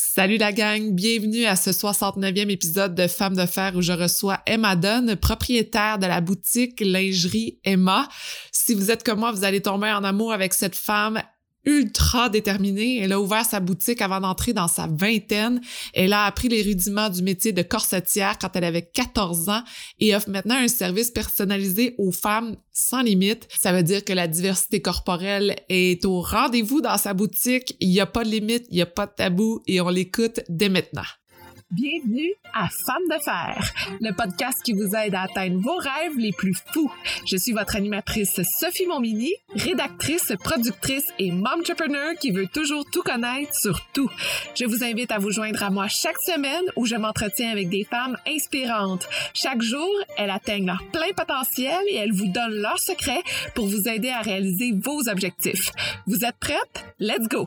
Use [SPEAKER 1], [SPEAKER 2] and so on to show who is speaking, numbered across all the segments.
[SPEAKER 1] Salut la gang, bienvenue à ce 69e épisode de Femmes de fer où je reçois Emma Dunn, propriétaire de la boutique lingerie Emma. Si vous êtes comme moi, vous allez tomber en amour avec cette femme ultra déterminée. Elle a ouvert sa boutique avant d'entrer dans sa vingtaine. Elle a appris les rudiments du métier de corsetière quand elle avait 14 ans et offre maintenant un service personnalisé aux femmes sans limite. Ça veut dire que la diversité corporelle est au rendez-vous dans sa boutique. Il n'y a pas de limite, il n'y a pas de tabou et on l'écoute dès maintenant. Bienvenue à Femmes de fer, le podcast qui vous aide à atteindre vos rêves les plus fous. Je suis votre animatrice Sophie Montminy, rédactrice, productrice et momtrepreneur qui veut toujours tout connaître sur tout. Je vous invite à vous joindre à moi chaque semaine où je m'entretiens avec des femmes inspirantes. Chaque jour, elles atteignent leur plein potentiel et elles vous donnent leurs secrets pour vous aider à réaliser vos objectifs. Vous êtes prêtes? Let's go!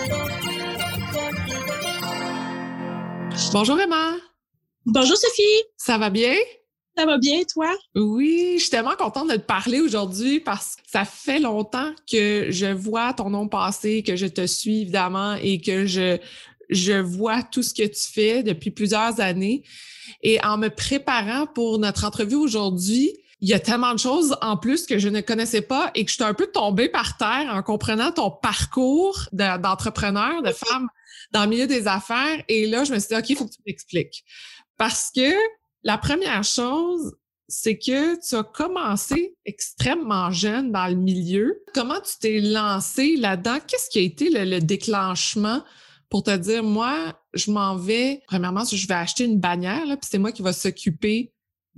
[SPEAKER 1] Bonjour Emma!
[SPEAKER 2] Bonjour Sophie!
[SPEAKER 1] Ça va bien?
[SPEAKER 2] Ça va bien, toi?
[SPEAKER 1] Oui, je suis tellement contente de te parler aujourd'hui parce que ça fait longtemps que je vois ton nom passer, que je te suis évidemment et que je vois tout ce que tu fais depuis plusieurs années. Et en me préparant pour notre entrevue aujourd'hui, il y a tellement de choses en plus que je ne connaissais pas et que je suis un peu tombée par terre en comprenant ton parcours d'entrepreneur, de femme dans le milieu des affaires. Et là, je me suis dit, OK, il faut que tu m'expliques. Parce que la première chose, c'est que tu as commencé extrêmement jeune dans le milieu. Comment tu t'es lancée là-dedans? Qu'est-ce qui a été le déclenchement pour te dire, moi, je m'en vais, premièrement, je vais acheter une bannière, là, puis c'est moi qui va s'occuper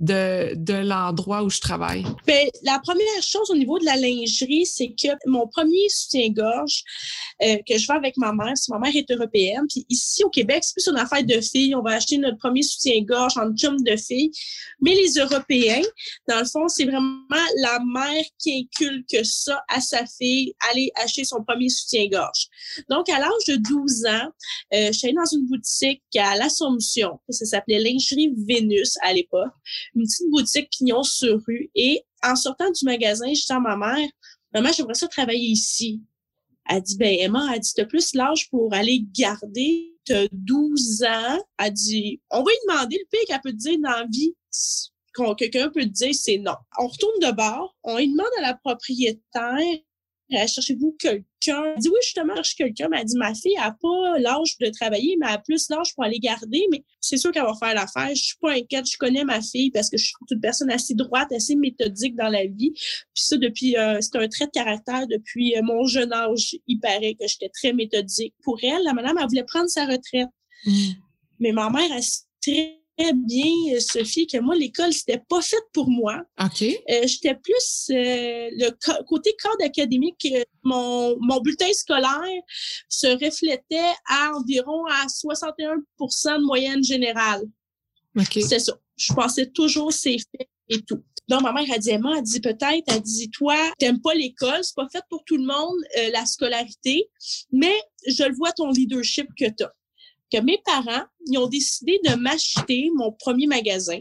[SPEAKER 1] de l'endroit où je travaille?
[SPEAKER 2] Bien, la première chose au niveau de la lingerie, c'est que mon premier soutien-gorge que je fais avec ma mère est européenne. Puis ici, au Québec, c'est plus une affaire de filles. On va acheter notre premier soutien-gorge en chum de filles. Mais les Européens, dans le fond, c'est vraiment la mère qui inculque ça à sa fille, aller acheter son premier soutien-gorge. Donc, à l'âge de 12 ans, je suis allée dans une boutique à l'Assomption. Ça s'appelait Lingerie Vénus à l'époque. Une petite boutique pignon sur rue. Et en sortant du magasin, je dis à ma mère, « Maman, j'aimerais ça travailler ici. » Elle dit, « Ben Emma, elle dit, t'as plus l'âge pour aller garder, t'as 12 ans. » Elle dit, « On va lui demander le pire qu'elle peut te dire dans la vie. » Quelqu'un peut te dire, c'est non. On retourne de bord, on lui demande à la propriétaire, cherchez-vous quelqu'un? Elle dit oui, justement, cherche quelqu'un. Mais elle dit, ma fille n'a pas l'âge de travailler, mais elle a plus l'âge pour aller garder. Mais c'est sûr qu'elle va faire l'affaire. Je suis pas inquiète. Je connais ma fille parce que je suis une personne assez droite, assez méthodique dans la vie. Puis ça, depuis, c'est un trait de caractère depuis mon jeune âge. Il paraît que j'étais très méthodique. Pour elle, la madame, elle voulait prendre sa retraite. Mais ma mère, elle très bien, Sophie, que moi, l'école, c'était pas fait pour moi.
[SPEAKER 1] OK.
[SPEAKER 2] J'étais plus le côté cadre académique. Mon bulletin scolaire se reflétait à environ à 61% de moyenne générale.
[SPEAKER 1] OK.
[SPEAKER 2] C'est ça. Je pensais toujours c'est fait et tout. Donc, ma mère a dit, Emma, elle dit peut-être, elle dit, toi, t'aimes pas l'école, c'est pas fait pour tout le monde, la scolarité, mais je le vois ton leadership que t'as. Que mes parents, ils ont décidé de m'acheter mon premier magasin,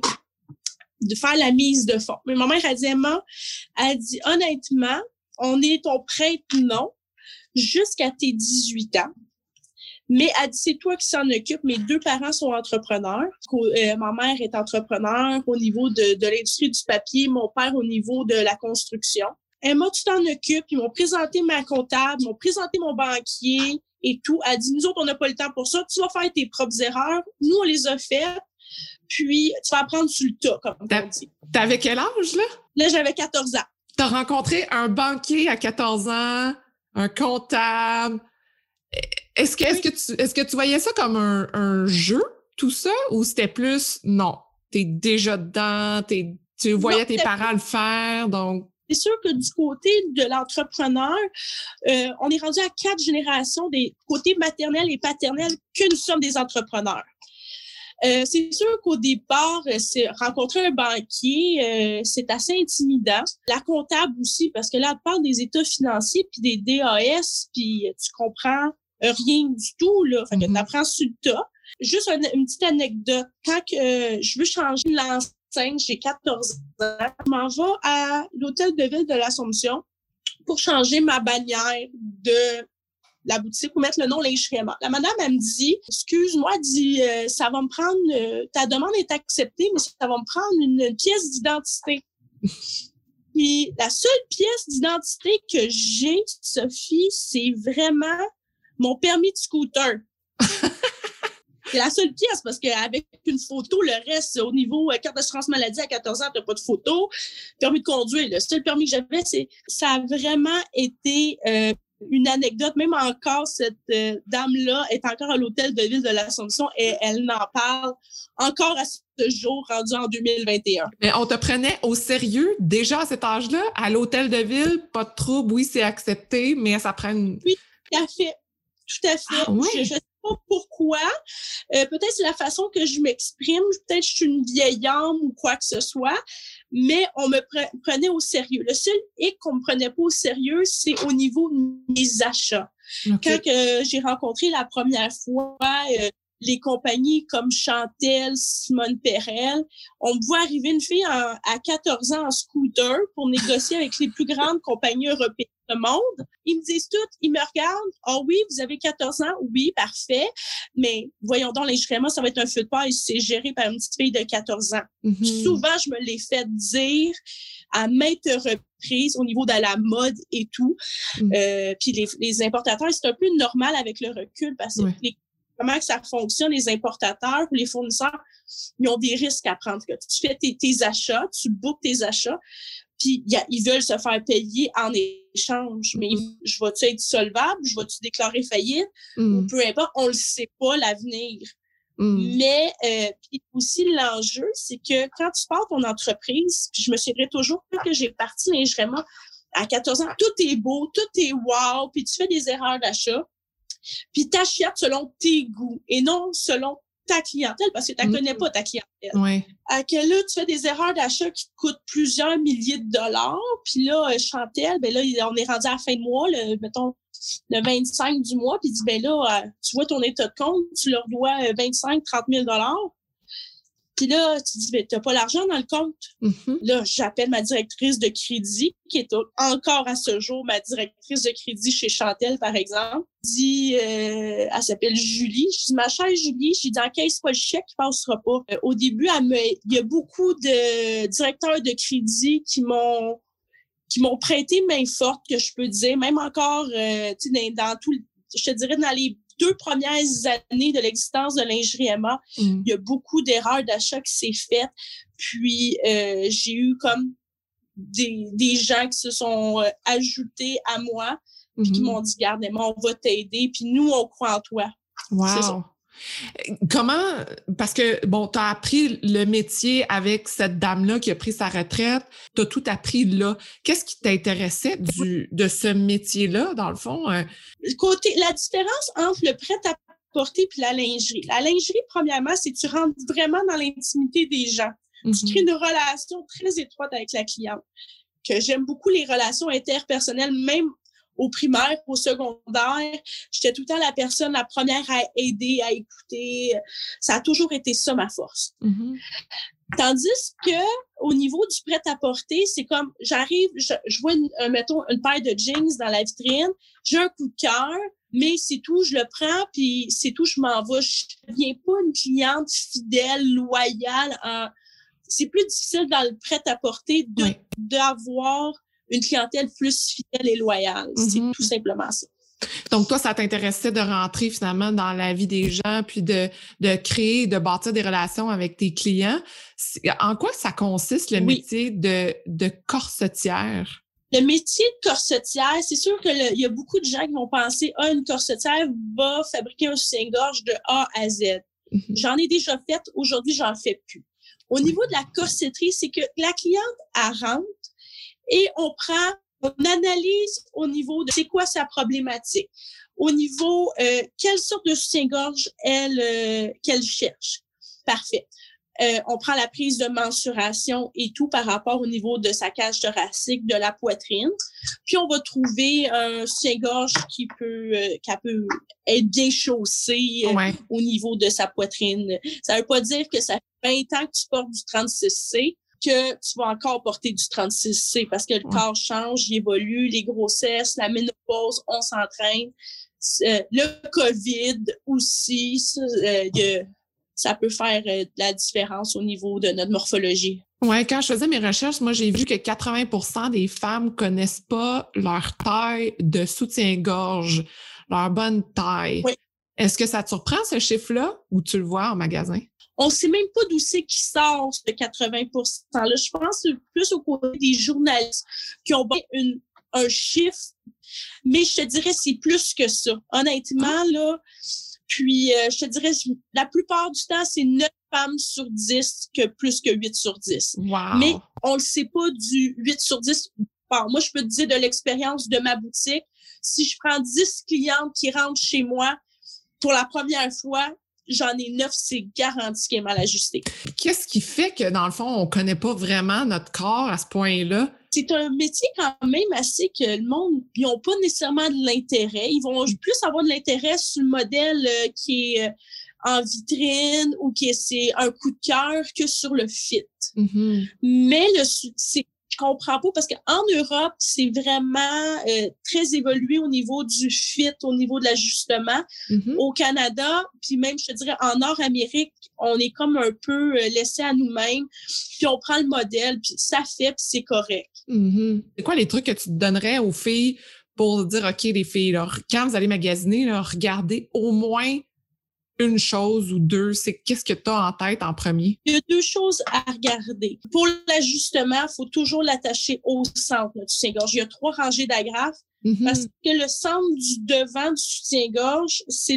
[SPEAKER 2] de faire la mise de fonds. Mais ma mère a dit, Emma, elle dit, honnêtement, on est ton prêtre, non, jusqu'à tes 18 ans. Mais elle dit, c'est toi qui s'en occupe. Mes deux parents sont entrepreneurs. Ma mère est entrepreneur au niveau de l'industrie du papier, mon père au niveau de la construction. Emma, tu t'en occupes. Ils m'ont présenté ma comptable, ils m'ont présenté mon banquier et tout. Elle dit, nous autres, on n'a pas le temps pour ça. Tu vas faire tes propres erreurs. Nous, on les a faites. Puis, tu vas apprendre sur le tas, comme on dit.
[SPEAKER 1] T'avais quel âge, là?
[SPEAKER 2] Là, j'avais 14 ans.
[SPEAKER 1] T'as rencontré un banquier à 14 ans, un comptable. Est-ce que tu voyais ça comme un jeu, tout ça, ou c'était plus, non, t'es déjà dedans, tu voyais tes parents le faire, donc...
[SPEAKER 2] C'est sûr que du côté de l'entrepreneur, on est rendu à 4 générations des côtés maternels et paternels que nous sommes des entrepreneurs. C'est sûr qu'au départ, rencontrer un banquier, c'est assez intimidant. La comptable aussi, parce que là, on parle des états financiers puis des DAS, puis tu comprends rien du tout, là. Fait que t'apprends sur le tas. Juste une petite anecdote. Quand je veux changer l'enseigne, j'ai 14 ans, je m'en vais à l'hôtel de ville de l'Assomption pour changer ma bannière de la boutique ou mettre le nom lingerie Emma. La madame, elle me dit, excuse-moi, elle dit, ça va me prendre, ta demande est acceptée, mais ça va me prendre une pièce d'identité. Puis la seule pièce d'identité que j'ai, Sophie, c'est vraiment mon permis de scooter. C'est la seule pièce parce qu'avec une photo, le reste, au niveau carte d'assurance maladie à 14 ans, t'as pas de photo. Permis de conduire, le seul permis que j'avais, ça a vraiment été une anecdote. Même encore, cette dame-là est encore à l'hôtel de ville de l'Assomption et elle n'en parle encore à ce jour, rendu en 2021.
[SPEAKER 1] Mais on te prenait au sérieux déjà à cet âge-là? À l'hôtel de ville, pas de trouble, oui, c'est accepté, mais ça prend une...
[SPEAKER 2] Oui, tout à fait. Tout à fait.
[SPEAKER 1] Ah, oui?
[SPEAKER 2] Je sais pas pourquoi. Peut-être c'est la façon que je m'exprime. Peut-être que je suis une vieille âme ou quoi que ce soit. Mais on me prenait au sérieux. Le seul hic qu'on me prenait pas au sérieux, c'est au niveau de mes achats. Okay. Quand j'ai rencontré la première fois les compagnies comme Chantel, Simone Perel, on me voit arriver une fille à 14 ans en scooter pour négocier avec les plus grandes compagnies européennes du monde. Ils me disent toutes, ils me regardent, « Ah oui, vous avez 14 ans? Oui, parfait. Mais voyons donc, lingerie Emma, ça va être un feu de paille si c'est géré par une petite fille de 14 ans. Mm-hmm. » Souvent, je me l'ai fait dire à maintes reprises au niveau de la mode et tout. Puis les importateurs, c'est un peu normal avec le recul parce que comment que ça fonctionne, les importateurs ou les fournisseurs, ils ont des risques à prendre. Tu fais tes achats, tu bookes tes achats, puis ils veulent se faire payer en échange. Mais je vais-tu être solvable? Je vais-tu déclarer faillite? Ou peu importe, on le sait pas, l'avenir. Mais puis aussi, l'enjeu, c'est que quand tu pars ton entreprise, puis je me souviendrai toujours que j'ai parti lingerie Emma à 14 ans, tout est beau, tout est wow, puis tu fais des erreurs d'achat. Puis t'achètes selon tes goûts et non selon ta clientèle, parce que tu ne connais pas ta clientèle.
[SPEAKER 1] Oui.
[SPEAKER 2] À que là, tu fais des erreurs d'achat qui te coûtent plusieurs milliers de dollars. Puis là, Chantel, ben là, on est rendu à la fin de mois, mettons le 25 du mois, puis dit, ben là, tu vois ton état de compte, tu leur dois 25, 30 000 dollars. Puis là, tu dis, ben, t'as pas l'argent dans le compte. Mm-hmm. Là, j'appelle ma directrice de crédit, qui est encore à ce jour ma directrice de crédit chez Chantel, par exemple. Elle s'appelle Julie. Je dis, ma chère Julie, je dis, encaisse pas le chèque, il passera pas. Au début, il y a beaucoup de directeurs de crédit qui m'ont prêté main forte, que je peux dire, même encore, tu sais, dans tout, je te dirais, dans les 2 premières années de l'existence de lingerie Emma, il y a beaucoup d'erreurs d'achat qui s'est faites. Puis, j'ai eu comme des gens qui se sont ajoutés à moi, puis qui m'ont dit, garde Emma, on va t'aider, puis nous, on croit en toi.
[SPEAKER 1] Wow! C'est ça. Comment, parce que, bon, tu as appris le métier avec cette dame-là qui a pris sa retraite, tu as tout appris là. Qu'est-ce qui t'intéressait de ce métier-là, dans le fond?
[SPEAKER 2] La différence entre le prêt-à-porter et la lingerie. La lingerie, premièrement, c'est que tu rentres vraiment dans l'intimité des gens. Tu crées une relation très étroite avec la cliente. Que j'aime beaucoup les relations interpersonnelles, même au primaire, au secondaire, j'étais tout le temps la personne, la première à aider, à écouter. Ça a toujours été ça, ma force. Tandis que au niveau du prêt-à-porter, c'est comme, j'arrive, je vois, mettons, une paire de jeans dans la vitrine, j'ai un coup de cœur, mais c'est tout, je le prends, puis c'est tout, je m'en vais. Je ne deviens pas une cliente fidèle, loyale. C'est plus difficile dans le prêt-à-porter d'avoir une clientèle plus fidèle et loyale. C'est tout simplement ça.
[SPEAKER 1] Donc, toi, ça t'intéressait de rentrer finalement dans la vie des gens, puis de créer, de bâtir des relations avec tes clients. En quoi ça consiste, le métier de corsetière?
[SPEAKER 2] Le métier de corsetière, c'est sûr que il y a beaucoup de gens qui vont penser, une corsetière va fabriquer un soutien-gorge de A à Z. J'en ai déjà fait. Aujourd'hui, j'en fais plus. Au niveau de la corsetterie, c'est que la cliente, elle rentre, et on analyse au niveau de c'est quoi sa problématique, au niveau quelle sorte de soutien-gorge qu'elle cherche. Parfait. On prend la prise de mensuration et tout par rapport au niveau de sa cage thoracique, de la poitrine. Puis on va trouver un soutien-gorge qu'elle peut être bien chaussé au niveau de sa poitrine. Ça veut pas dire que ça fait 20 ans que tu portes du 36C que tu vas encore porter du 36C parce que le corps change, il évolue, les grossesses, la ménopause, on s'entraîne. Le COVID aussi, ça peut faire de la différence au niveau de notre morphologie.
[SPEAKER 1] Ouais, quand je faisais mes recherches, moi, j'ai vu que 80% des femmes connaissent pas leur taille de soutien-gorge, leur bonne taille.
[SPEAKER 2] Oui.
[SPEAKER 1] Est-ce que ça te surprend, ce chiffre-là, ou tu le vois en magasin?
[SPEAKER 2] On ne sait même pas d'où c'est qui sort ce 80%-là. Je pense plus au côté des journalistes qui ont un chiffre, mais je te dirais c'est plus que ça. Honnêtement, là, puis je te dirais, la plupart du temps, c'est 9 femmes sur 10 que plus que 8 sur 10.
[SPEAKER 1] Wow.
[SPEAKER 2] Mais on le sait pas du 8 sur 10. Bon, moi, je peux te dire de l'expérience de ma boutique, si je prends 10 clientes qui rentrent chez moi pour la première fois, j'en ai 9, c'est garanti qu'elle est mal ajustée.
[SPEAKER 1] Qu'est-ce qui fait que, dans le fond, on connaît pas vraiment notre corps à ce point-là?
[SPEAKER 2] C'est un métier quand même assez que le monde, ils n'ont pas nécessairement de l'intérêt. Ils vont plus avoir de l'intérêt sur le modèle qui est en vitrine ou qui c'est un coup de cœur que sur le fit.
[SPEAKER 1] Mm-hmm.
[SPEAKER 2] Mais je comprends pas parce qu'en Europe, c'est vraiment très évolué au niveau du fit, au niveau de l'ajustement.
[SPEAKER 1] Mm-hmm.
[SPEAKER 2] Au Canada, puis même, je te dirais, en Nord-Amérique, on est comme un peu laissé à nous-mêmes, puis on prend le modèle, puis ça fait, puis c'est correct.
[SPEAKER 1] Mm-hmm. C'est quoi les trucs que tu te donnerais aux filles pour dire, OK, les filles, là, quand vous allez magasiner, là, regardez au moins une chose ou deux, c'est qu'est-ce que tu as en tête en premier?
[SPEAKER 2] Il y a 2 choses à regarder. Pour l'ajustement, il faut toujours l'attacher au centre du soutien-gorge. Il y a 3 rangées d'agrafes parce que le centre du devant du soutien-gorge, c'est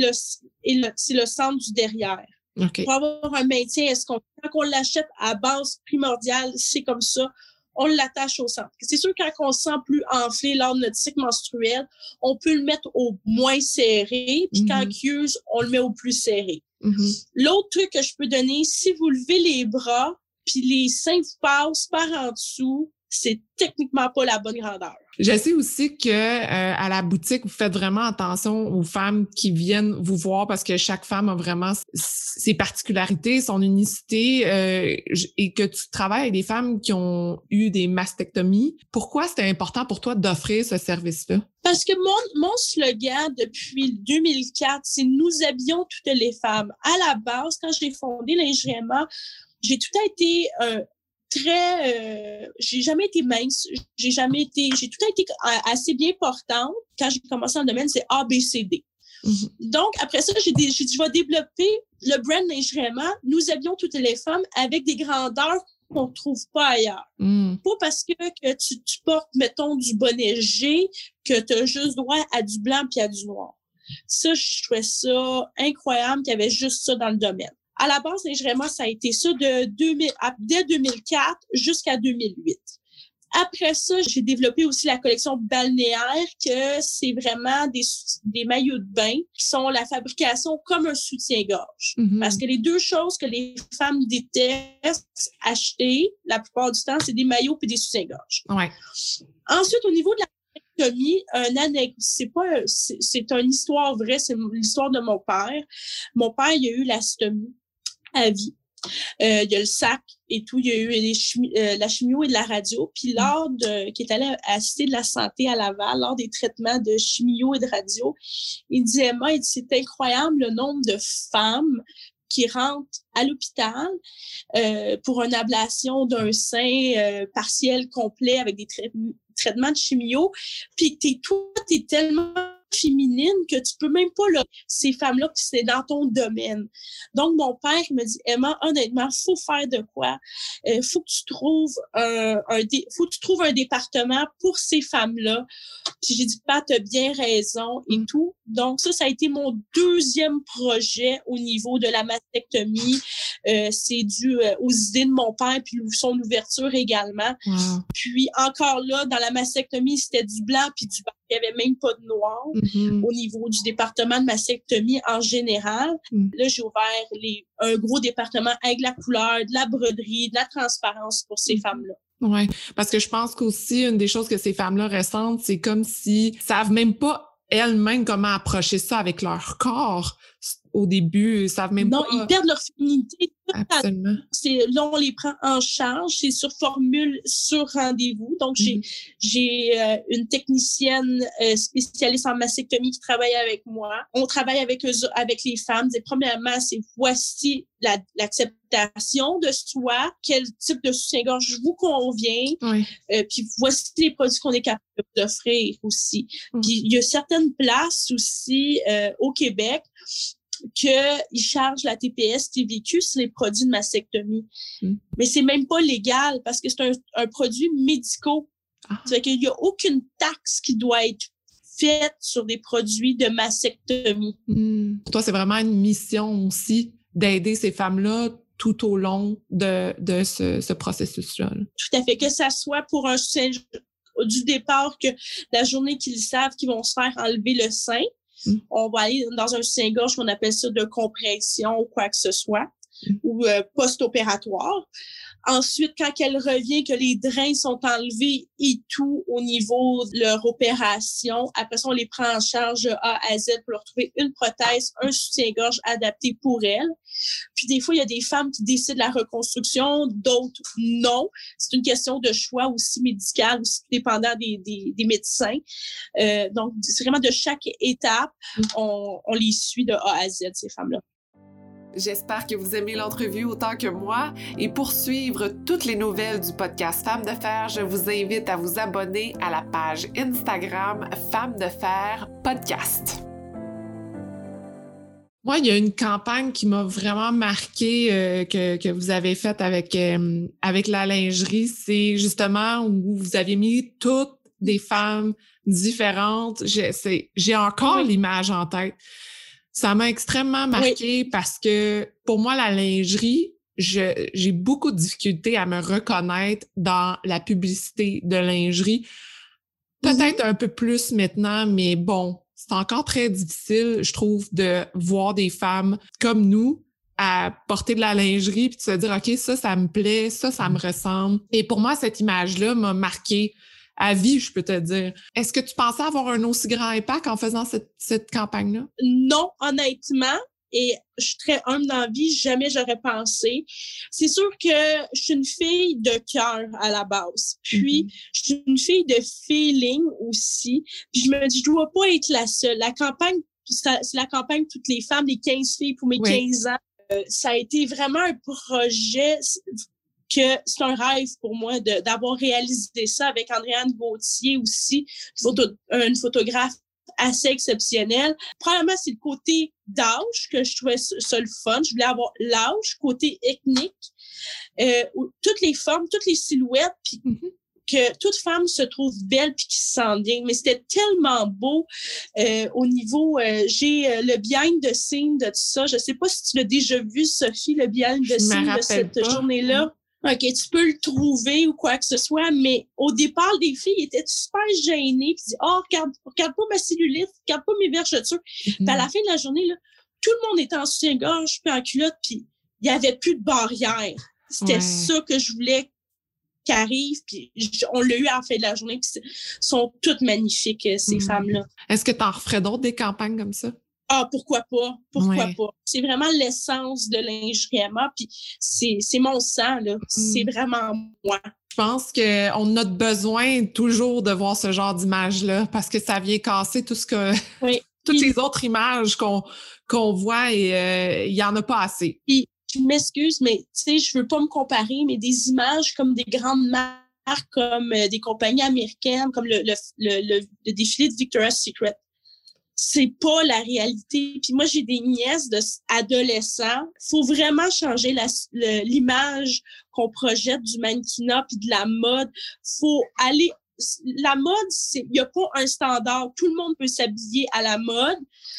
[SPEAKER 2] le centre du derrière.
[SPEAKER 1] Okay.
[SPEAKER 2] Pour avoir un maintien, quand on l'achète à base primordiale, c'est comme ça, on l'attache au centre. C'est sûr, quand on se sent plus enflé lors de notre cycle menstruel, on peut le mettre au moins serré, puis quand il use, on le met au plus serré. L'autre truc que je peux donner, si vous levez les bras, puis les seins vous passent par en dessous, c'est techniquement pas la bonne grandeur.
[SPEAKER 1] Je sais aussi que à la boutique, vous faites vraiment attention aux femmes qui viennent vous voir parce que chaque femme a vraiment ses particularités, son unicité, et que tu travailles avec des femmes qui ont eu des mastectomies. Pourquoi c'était important pour toi d'offrir ce service-là?
[SPEAKER 2] Parce que mon slogan depuis 2004, c'est « Nous habillons toutes les femmes ». À la base, quand j'ai fondé Lingerie Emma, j'ai tout été j'ai jamais été mince, j'ai tout le temps été assez bien portante. Quand j'ai commencé dans le domaine, c'est ABCD. Donc, après ça, j'ai dit, je vais développer le brand Lingerie Emma. Nous habillons toutes les femmes avec des grandeurs qu'on ne trouve pas ailleurs. Pas parce que tu portes, mettons, du bonnet G, que tu as juste droit à du blanc puis à du noir. Ça, je trouvais ça incroyable qu'il y avait juste ça dans le domaine. À la base, Lingerie Emma, ça a été ça dès 2004 jusqu'à 2008. Après ça, j'ai développé aussi la collection balnéaire, que c'est vraiment des maillots de bain qui sont la fabrication comme un soutien-gorge. Parce que les 2 choses que les femmes détestent acheter, la plupart du temps, c'est des maillots puis des soutiens-gorge.
[SPEAKER 1] Ouais.
[SPEAKER 2] Ensuite, au niveau de la mastectomie, c'est une histoire vraie, c'est l'histoire de mon père. Mon père, il a eu la stomie à vie. Il y a le sac et tout. Il y a eu la chimio et de la radio. Puis qui est allé à la Cité de la Santé à Laval, lors des traitements de chimio et de radio, il disait, Emma, c'est incroyable le nombre de femmes qui rentrent à l'hôpital pour une ablation d'un sein partiel complet avec des traitements de chimio. Puis t'es tellement féminine que tu peux même pas ces femmes-là, puis c'est dans ton domaine. Donc, mon père me dit, Emma, honnêtement, faut faire de quoi? Faut que tu trouves un département pour ces femmes-là. Puis j'ai dit, Pat, t'as bien raison et tout. Donc, ça a été mon 2e projet au niveau de la mastectomie. C'est dû aux idées de mon père, puis son ouverture également.
[SPEAKER 1] Wow.
[SPEAKER 2] Puis encore là, dans la mastectomie, c'était du blanc puis du blanc. Il n'y avait même pas de noir au niveau du département de mastectomie en général. Là, j'ai ouvert un gros département avec de la couleur, de la broderie, de la transparence pour ces femmes-là.
[SPEAKER 1] Oui, parce que je pense qu'aussi, une des choses que ces femmes-là ressentent, c'est comme si savent même pas elles-mêmes comment approcher ça avec leur corps au début. Ils savent même pas.
[SPEAKER 2] Non, ils perdent leur féminité.
[SPEAKER 1] Absolument.
[SPEAKER 2] Là, on les prend en charge. C'est sur formule, sur rendez-vous. Donc, j'ai une technicienne spécialiste en mastectomie qui travaille avec moi. On travaille avec les femmes. Premièrement, c'est voici l'acceptation de soi, quel type de soutien-gorge vous convient, puis voici les produits qu'on est capable d'offrir aussi. Puis il y a certaines places aussi au Québec qu'ils chargent la TPS TVQ sur les produits de mastectomie. Mais c'est même pas légal parce que c'est un produit médical. Ça fait qu'il n'y a aucune taxe qui doit être faite sur des produits de mastectomie.
[SPEAKER 1] Pour toi, c'est vraiment une mission aussi d'aider ces femmes-là tout au long de ce processus-là.
[SPEAKER 2] Tout à fait. Que ça soit pour un soutien du départ, que la journée qu'ils savent qu'ils vont se faire enlever le sein, on va aller dans un soutien-gorge qu'on appelle ça de compression ou quoi que ce soit, ou post-opératoire. Ensuite, quand elle revient, que les drains sont enlevés et tout au niveau de leur opération, après ça, on les prend en charge de A à Z pour leur trouver une prothèse, un soutien-gorge adapté pour elles. Puis des fois, il y a des femmes qui décident la reconstruction, d'autres non. C'est une question de choix aussi médical, aussi dépendant des médecins. Donc, c'est vraiment de chaque étape, on les suit de A à Z, ces femmes-là.
[SPEAKER 1] J'espère que vous aimez l'entrevue autant que moi et pour suivre toutes les nouvelles du podcast Femmes de Fer, je vous invite à vous abonner à la page Instagram Femmes de Fer Podcast. Moi, il y a une campagne qui m'a vraiment marquée que vous avez faite avec la lingerie, c'est justement où vous avez mis toutes des femmes différentes. J'ai encore l'image en tête. Ça m'a extrêmement marquée parce que pour moi, la lingerie, j'ai beaucoup de difficultés à me reconnaître dans la publicité de lingerie. Peut-être un peu plus maintenant, mais bon, c'est encore très difficile, je trouve, de voir des femmes comme nous à porter de la lingerie puis de se dire « OK, ça me plaît, ça me ressemble ». Et pour moi, cette image-là m'a marquée à vie, je peux te dire. Est-ce que tu pensais avoir un aussi grand impact en faisant cette campagne-là?
[SPEAKER 2] Non, honnêtement. Et je suis très humble dans la vie, jamais j'aurais pensé. C'est sûr que je suis une fille de cœur à la base. Puis, je suis une fille de feeling aussi. Puis, je me dis, je dois pas être la seule. La campagne, c'est la campagne Toutes les femmes, les 15 filles pour mes 15 ans. Ça a été vraiment un projet que c'est un rêve pour moi d'avoir réalisé ça avec Andréane Gauthier aussi, une photographe assez exceptionnelle. Probablement, c'est le côté d'âge que je trouvais ça le fun. Je voulais avoir l'âge, côté ethnique, où toutes les formes, toutes les silhouettes, puis que toute femme se trouve belle puis qui se sent bien. Mais c'était tellement beau au niveau... j'ai le behind the scene de tout ça. Je sais pas si tu l'as déjà vu, Sophie, le behind the scene de cette journée-là. OK, tu peux le trouver ou quoi que ce soit, mais au départ, les filles étaient super gênées, puis disaient « Oh, regarde pas ma cellulite, regarde pas mes vergetures. » Puis à la fin de la journée, là, tout le monde était en soutien-gorge puis en culotte, puis il y avait plus de barrière. C'était ça que je voulais qu'arrive, puis on l'a eu à la fin de la journée, puis sont toutes magnifiques, ces femmes-là.
[SPEAKER 1] Est-ce que tu en referais d'autres, des campagnes comme ça?
[SPEAKER 2] Ah, pourquoi pas? Pourquoi pas? C'est vraiment l'essence de lingerie Emma, puis c'est mon sang, là. C'est vraiment moi.
[SPEAKER 1] Je pense qu'on a besoin toujours de voir ce genre d'image-là parce que ça vient casser tout ce que... toutes les autres images qu'on voit et il y en a pas assez.
[SPEAKER 2] Puis, je m'excuse, mais tu sais, je veux pas me comparer, mais des images comme des grandes marques, comme des compagnies américaines, comme le défilé de Victoria's Secret, c'est pas la réalité. Puis moi, j'ai des nièces d'adolescents. Faut vraiment changer l'image qu'on projette du mannequinat puis de la mode. Faut aller... La mode, il y a pas un standard. Tout le monde peut s'habiller à la mode.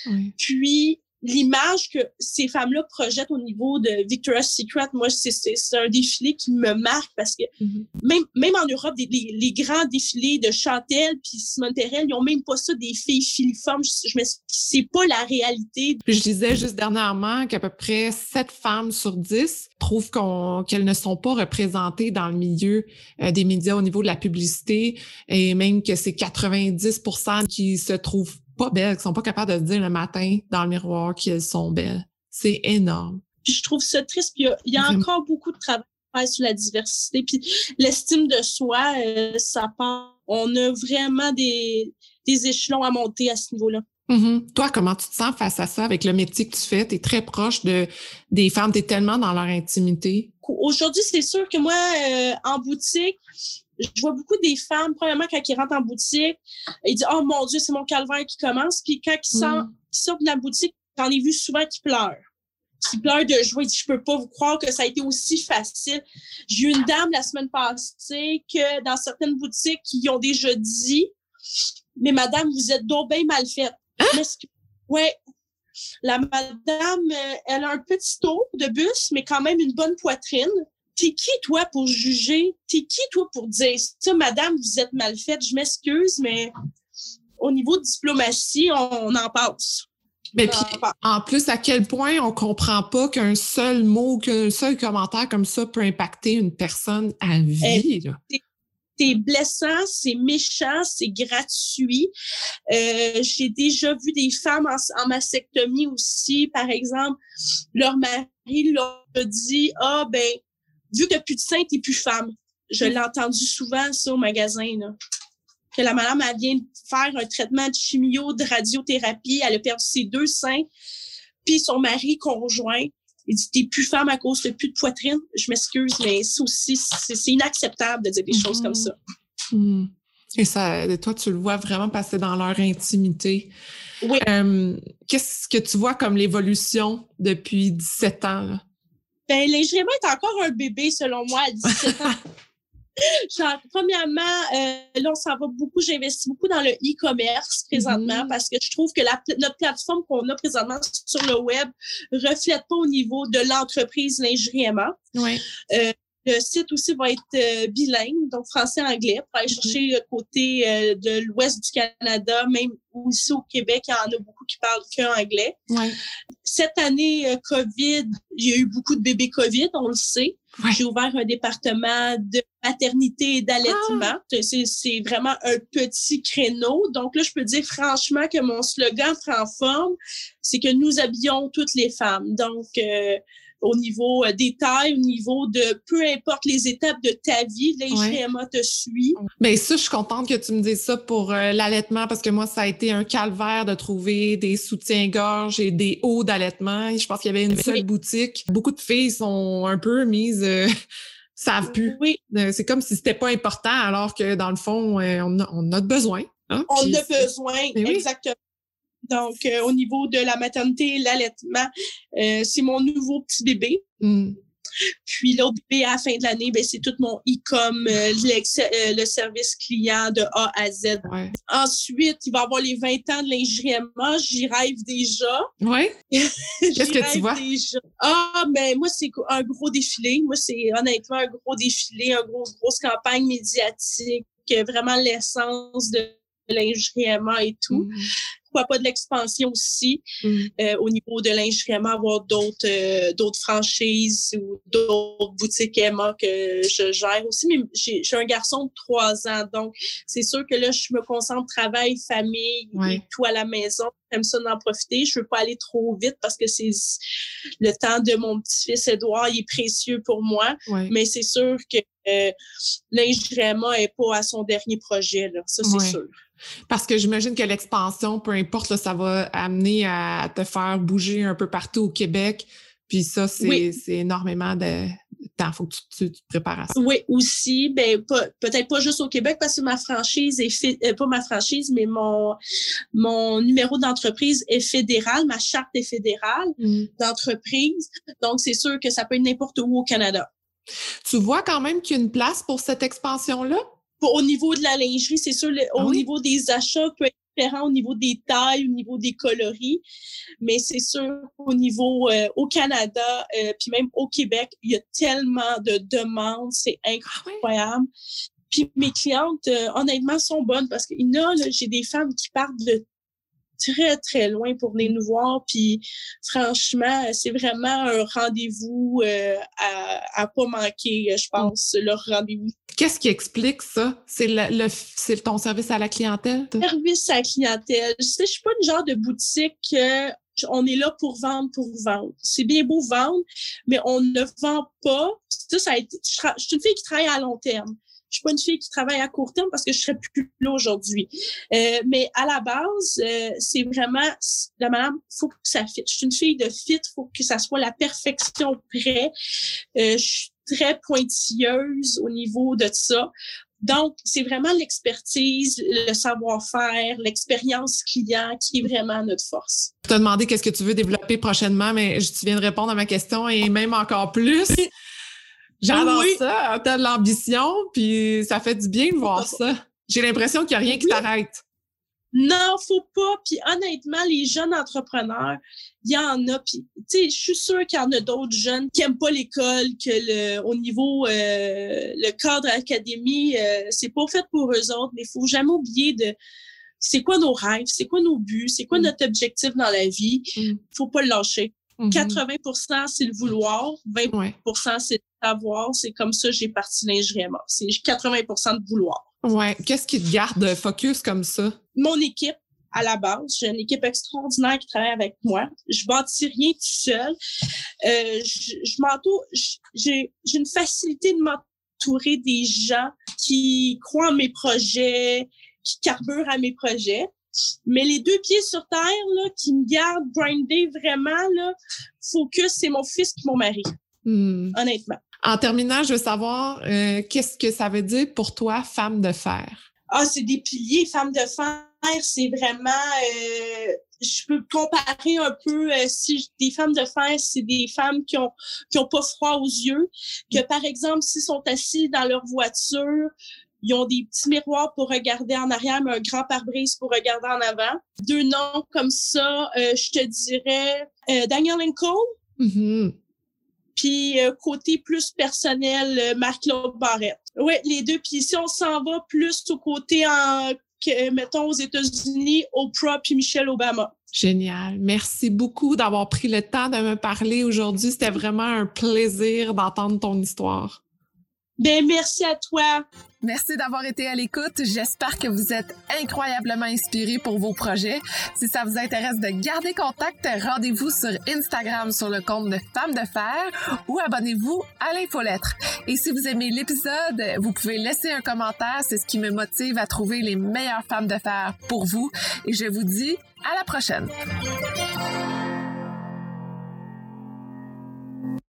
[SPEAKER 2] Puis, l'image que ces femmes-là projettent au niveau de Victoria's Secret, moi, c'est un défilé qui me marque parce que même en Europe, les grands défilés de Chantel puis Simone Terrell, ils ont même pas ça des filles filiformes. C'est pas la réalité.
[SPEAKER 1] Puis je disais juste dernièrement qu'à peu près 7 femmes sur 10 trouvent qu'elles ne sont pas représentées dans le milieu des médias au niveau de la publicité et même que c'est 90% qui se trouvent pas belles, qui sont pas capables de se dire le matin dans le miroir qu'elles sont belles. C'est énorme.
[SPEAKER 2] Puis je trouve ça triste. Puis il y a encore beaucoup de travail à faire sur la diversité. Puis l'estime de soi, ça part. On a vraiment des échelons à monter à ce niveau-là.
[SPEAKER 1] Toi, comment tu te sens face à ça avec le métier que tu fais? Tu es très proche des femmes, tu es tellement dans leur intimité.
[SPEAKER 2] Aujourd'hui, c'est sûr que moi, en boutique, je vois beaucoup des femmes, premièrement, quand ils rentrent en boutique, ils disent « Oh mon Dieu, c'est mon calvaire qui commence ». Puis quand ils sortent de la boutique, j'en ai vu souvent qui pleurent. Qui pleurent de joie. Ils disent « Je peux pas vous croire que ça a été aussi facile ». J'ai eu une dame la semaine passée que dans certaines boutiques, ils ont déjà dit « Mais madame, vous êtes donc bien mal faite ». Ouais. La madame, elle a un petit tour de bus, mais quand même une bonne poitrine. T'es qui, toi, pour juger? T'es qui, toi, pour dire ça, madame, vous êtes mal faite? Je m'excuse, mais au niveau de diplomatie, on en passe.
[SPEAKER 1] Mais puis, en plus, à quel point on comprend pas qu'un seul mot, qu'un seul commentaire comme ça peut impacter une personne à vie, là.
[SPEAKER 2] C'est blessant, c'est méchant, c'est gratuit. J'ai déjà vu des femmes en mastectomie aussi, par exemple, leur mari leur a dit « Ah, ben, vu que t'as plus de sein, t'es plus femme. » Je l'ai entendu souvent, ça, au magasin, là. Que la madame, elle vient de faire un traitement de chimio, de radiothérapie, elle a perdu ses 2 seins, puis son mari conjoint, il dit « T'es plus femme à cause de plus de poitrine. » Je m'excuse, mais ça aussi, c'est inacceptable de dire des choses comme ça.
[SPEAKER 1] Et ça, toi, tu le vois vraiment passer dans leur intimité.
[SPEAKER 2] Oui.
[SPEAKER 1] Qu'est-ce que tu vois comme l'évolution depuis 17 ans? Là?
[SPEAKER 2] Ben, l'ingénierie est encore un bébé, selon moi, à 17 ans. Genre, premièrement, là, on s'en va beaucoup. J'investis beaucoup dans le e-commerce présentement parce que je trouve que notre plateforme qu'on a présentement sur le web reflète pas au niveau de l'entreprise Lingerie Emma.
[SPEAKER 1] Oui.
[SPEAKER 2] Le site aussi va être bilingue, donc français-anglais, pour aller chercher côté de l'ouest du Canada, même ici au Québec, il y en a beaucoup qui parlent qu'anglais.
[SPEAKER 1] Ouais.
[SPEAKER 2] Cette année, COVID, il y a eu beaucoup de bébés COVID, on le sait. Ouais. J'ai ouvert un département de maternité et d'allaitement. C'est vraiment un petit créneau. Donc là, je peux dire franchement que mon slogan prend forme, c'est que nous habillons toutes les femmes. Donc, au niveau des tailles, au niveau de peu importe les étapes de ta vie, Lingerie Emma te suit.
[SPEAKER 1] Bien, ça, je suis contente que tu me dises ça pour l'allaitement parce que moi, ça a été un calvaire de trouver des soutiens-gorge et des hauts d'allaitement. Je pense qu'il y avait une seule boutique. Beaucoup de filles sont un peu mises... savent plus.
[SPEAKER 2] Oui.
[SPEAKER 1] C'est comme si c'était pas important alors que dans le fond, on a besoin. Hein?
[SPEAKER 2] On a besoin, exactement. Donc, au niveau de la maternité et l'allaitement, c'est mon nouveau petit bébé. Puis l'autre bébé, à la fin de l'année, ben, c'est tout mon e-com, le service client de A à Z.
[SPEAKER 1] Ouais.
[SPEAKER 2] Ensuite, il va avoir les 20 ans de Lingerie Emma. J'y rêve déjà.
[SPEAKER 1] Oui? Qu'est-ce que tu vois?
[SPEAKER 2] Déjà. Ah, ben moi, c'est un gros défilé. Moi, c'est honnêtement un gros défilé, grosse campagne médiatique, vraiment l'essence de Lingerie Emma et tout. Pourquoi pas de l'expansion aussi au niveau de Lingerie Emma, avoir d'autres franchises ou d'autres boutiques Emma que je gère aussi. Mais j'ai un garçon de 3 ans, donc c'est sûr que là, je me concentre travail, famille et tout à la maison. J'aime ça d'en profiter. Je veux pas aller trop vite parce que c'est le temps de mon petit-fils Édouard, il est précieux pour moi. Mais c'est sûr que Lingerie Emma est pas à son dernier projet, là. Ça, c'est sûr.
[SPEAKER 1] Parce que j'imagine que l'expansion, peu importe, là, ça va amener à te faire bouger un peu partout au Québec. Puis ça, c'est énormément de temps. Il faut que tu te prépares à ça.
[SPEAKER 2] Oui, aussi. Ben, peut-être pas juste au Québec parce que ma franchise est pas ma franchise, mais mon numéro d'entreprise est fédéral. Ma charte est fédérale d'entreprise. Donc, c'est sûr que ça peut être n'importe où au Canada.
[SPEAKER 1] Tu vois quand même qu'il y a une place pour cette expansion-là?
[SPEAKER 2] Au niveau de la lingerie, c'est sûr, au niveau des achats peut être différent, au niveau des tailles, au niveau des coloris, mais c'est sûr au niveau au Canada, puis même au Québec, il y a tellement de demandes, c'est incroyable. Puis mes clientes, honnêtement, sont bonnes parce qu'il y a, là, j'ai des femmes qui partent de très, très loin pour venir nous voir. Puis franchement, c'est vraiment un rendez-vous à pas manquer, je pense, leur rendez-vous.
[SPEAKER 1] Qu'est-ce qui explique ça? C'est ton service à la clientèle?
[SPEAKER 2] Service à la clientèle. Je suis pas une genre de boutique on est là pour vendre. C'est bien beau vendre, mais on ne vend pas. Ça a été, je suis une fille qui travaille à long terme. Je suis pas une fille qui travaille à court terme parce que je serais plus là aujourd'hui. Mais à la base, c'est vraiment la madame, faut que ça fit. Je suis une fille de fit, faut que ça soit la perfection près. Je suis très pointilleuse au niveau de ça. Donc, c'est vraiment l'expertise, le savoir-faire, l'expérience client qui est vraiment notre force.
[SPEAKER 1] Je t'ai demandé qu'est-ce que tu veux développer prochainement, mais tu viens de répondre à ma question et même encore plus. J'adore ça, t'as de l'ambition, puis ça fait du bien de voir ça. J'ai l'impression qu'il n'y a rien qui t'arrête.
[SPEAKER 2] Non, faut pas. Puis honnêtement, les jeunes entrepreneurs, il y en a. Puis tu sais, je suis sûre qu'il y en a d'autres jeunes qui aiment pas l'école, que au niveau le cadre académie, c'est pas fait pour eux autres. Mais il faut jamais oublier de c'est quoi nos rêves, c'est quoi nos buts, c'est quoi notre objectif dans la vie. Faut pas le lâcher. 80% c'est le vouloir, 20% c'est le savoir. C'est comme ça que j'ai parti lingerie Emma. C'est 80% de vouloir.
[SPEAKER 1] Ouais. Qu'est-ce qui te garde focus comme ça?
[SPEAKER 2] Mon équipe, à la base. J'ai une équipe extraordinaire qui travaille avec moi. Je bâtis rien tout seul. J'ai une facilité de m'entourer des gens qui croient en mes projets, qui carburent à mes projets. Mais les 2 pieds sur terre, là, qui me gardent grindée vraiment, là, focus, c'est mon fils et mon mari. Honnêtement.
[SPEAKER 1] En terminant, je veux savoir, qu'est-ce que ça veut dire pour toi, femme de fer?
[SPEAKER 2] Ah, c'est des piliers, femme de fer, c'est vraiment... je peux comparer un peu, si des femmes de fer, c'est des femmes qui ont pas froid aux yeux, que par exemple, s'ils sont assis dans leur voiture, ils ont des petits miroirs pour regarder en arrière, mais un grand pare-brise pour regarder en avant. 2 noms comme ça, je te dirais Daniel & Cole. Puis côté plus personnel, Marc-Claude Barrette. Oui, les 2. Puis si on s'en va plus au côté, mettons, aux États-Unis, Oprah puis Michelle Obama.
[SPEAKER 1] Génial. Merci beaucoup d'avoir pris le temps de me parler aujourd'hui. C'était vraiment un plaisir d'entendre ton histoire.
[SPEAKER 2] Ben merci à toi.
[SPEAKER 1] Merci d'avoir été à l'écoute. J'espère que vous êtes incroyablement inspirés pour vos projets. Si ça vous intéresse de garder contact, rendez-vous sur Instagram sur le compte de Femmes de Fer ou abonnez-vous à l'infolettre. Et si vous aimez l'épisode, vous pouvez laisser un commentaire. C'est ce qui me motive à trouver les meilleures femmes de fer pour vous. Et je vous dis à la prochaine.